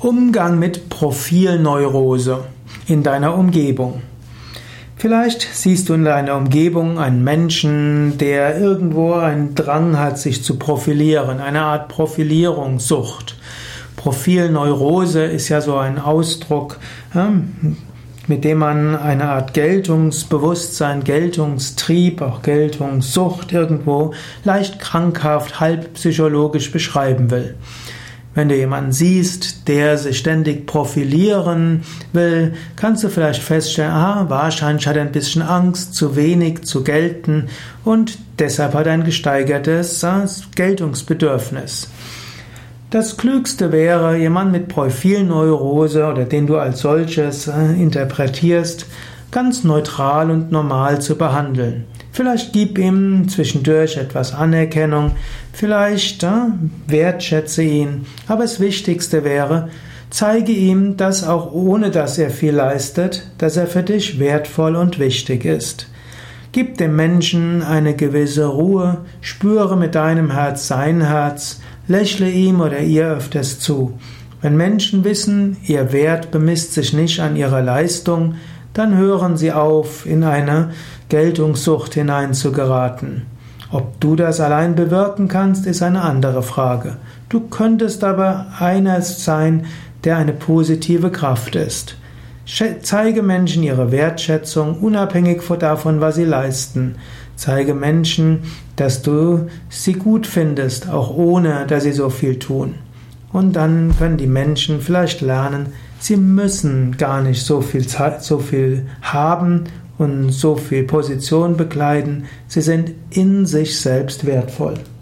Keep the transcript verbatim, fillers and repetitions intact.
Umgang mit Profilneurose in deiner Umgebung. Vielleicht siehst du in deiner Umgebung einen Menschen, der irgendwo einen Drang hat, sich zu profilieren, eine Art Profilierungssucht. Profilneurose ist ja so ein Ausdruck, ja, mit dem man eine Art Geltungsbewusstsein, Geltungstrieb, auch Geltungssucht irgendwo leicht krankhaft, halb psychologisch beschreiben will. Wenn du jemanden siehst, der sich ständig profilieren will, kannst du vielleicht feststellen, aha, wahrscheinlich hat er ein bisschen Angst, zu wenig zu gelten und deshalb hat er ein gesteigertes Geltungsbedürfnis. Das Klügste wäre, jemanden mit Profilneurose oder den du als solches interpretierst, ganz neutral und normal zu behandeln. Vielleicht gib ihm zwischendurch etwas Anerkennung, vielleicht äh, wertschätze ihn, aber das Wichtigste wäre, zeige ihm, dass auch ohne dass er viel leistet, dass er für dich wertvoll und wichtig ist. Gib dem Menschen eine gewisse Ruhe, spüre mit deinem Herz sein Herz, lächle ihm oder ihr öfters zu. Wenn Menschen wissen, ihr Wert bemisst sich nicht an ihrer Leistung, dann hören sie auf, in eine Geltungssucht hineinzugeraten. Ob du das allein bewirken kannst, ist eine andere Frage. Du könntest aber einer sein, der eine positive Kraft ist. Zeige Menschen ihre Wertschätzung, unabhängig davon, was sie leisten. Zeige Menschen, dass du sie gut findest, auch ohne, dass sie so viel tun. Und dann können die Menschen vielleicht lernen, sie müssen gar nicht so viel Zeit, so viel haben und so viel Position bekleiden. Sie sind in sich selbst wertvoll.